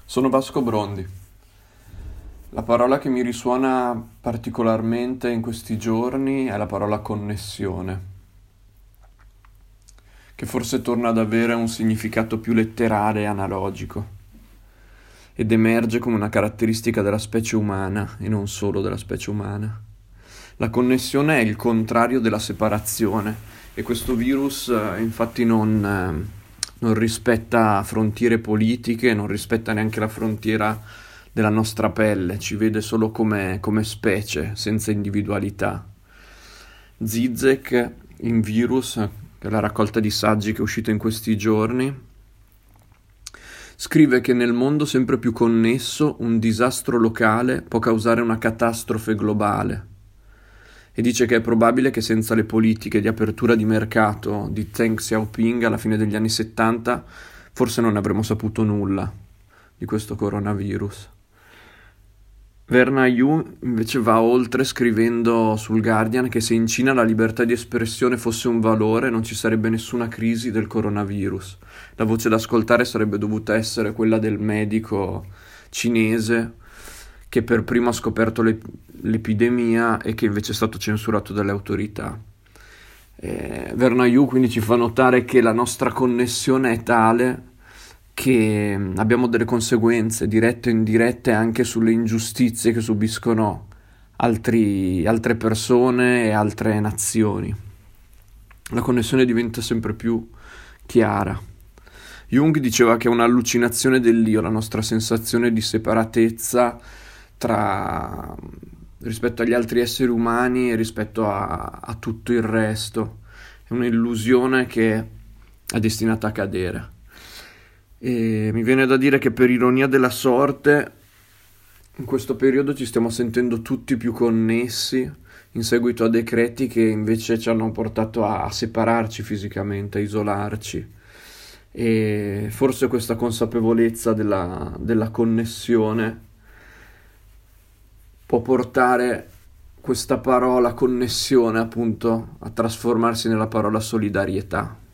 Sono Vasco Brondi. La parola che mi risuona particolarmente in questi giorni è la parola connessione, che forse torna ad avere un significato più letterale e analogico, ed emerge come una caratteristica della specie umana e non solo della specie umana. La connessione è il contrario della separazione e questo virus infatti non rispetta frontiere politiche, non rispetta neanche la frontiera della nostra pelle, ci vede solo come specie, senza individualità. Zizek, in Virus, che è la raccolta di saggi che è uscita in questi giorni, scrive che nel mondo sempre più connesso un disastro locale può causare una catastrofe globale e dice che è probabile che senza le politiche di apertura di mercato di Deng Xiaoping alla fine degli anni 70 forse non avremmo saputo nulla di questo coronavirus. Verna Yu invece va oltre scrivendo sul Guardian che se in Cina la libertà di espressione fosse un valore non ci sarebbe nessuna crisi del coronavirus. La voce da ascoltare sarebbe dovuta essere quella del medico cinese che per primo ha scoperto l'epidemia e che invece è stato censurato dalle autorità. Verna Yu quindi ci fa notare che la nostra connessione è tale che abbiamo delle conseguenze dirette o indirette anche sulle ingiustizie che subiscono altre persone e altre nazioni. La connessione diventa sempre più chiara. Jung diceva che è un'allucinazione dell'io, la nostra sensazione di separatezza rispetto agli altri esseri umani e rispetto a tutto il resto. È un'illusione che è destinata a cadere. E mi viene da dire che per ironia della sorte in questo periodo ci stiamo sentendo tutti più connessi in seguito a decreti che invece ci hanno portato a separarci fisicamente, a isolarci, e forse questa consapevolezza della connessione può portare questa parola connessione appunto a trasformarsi nella parola solidarietà.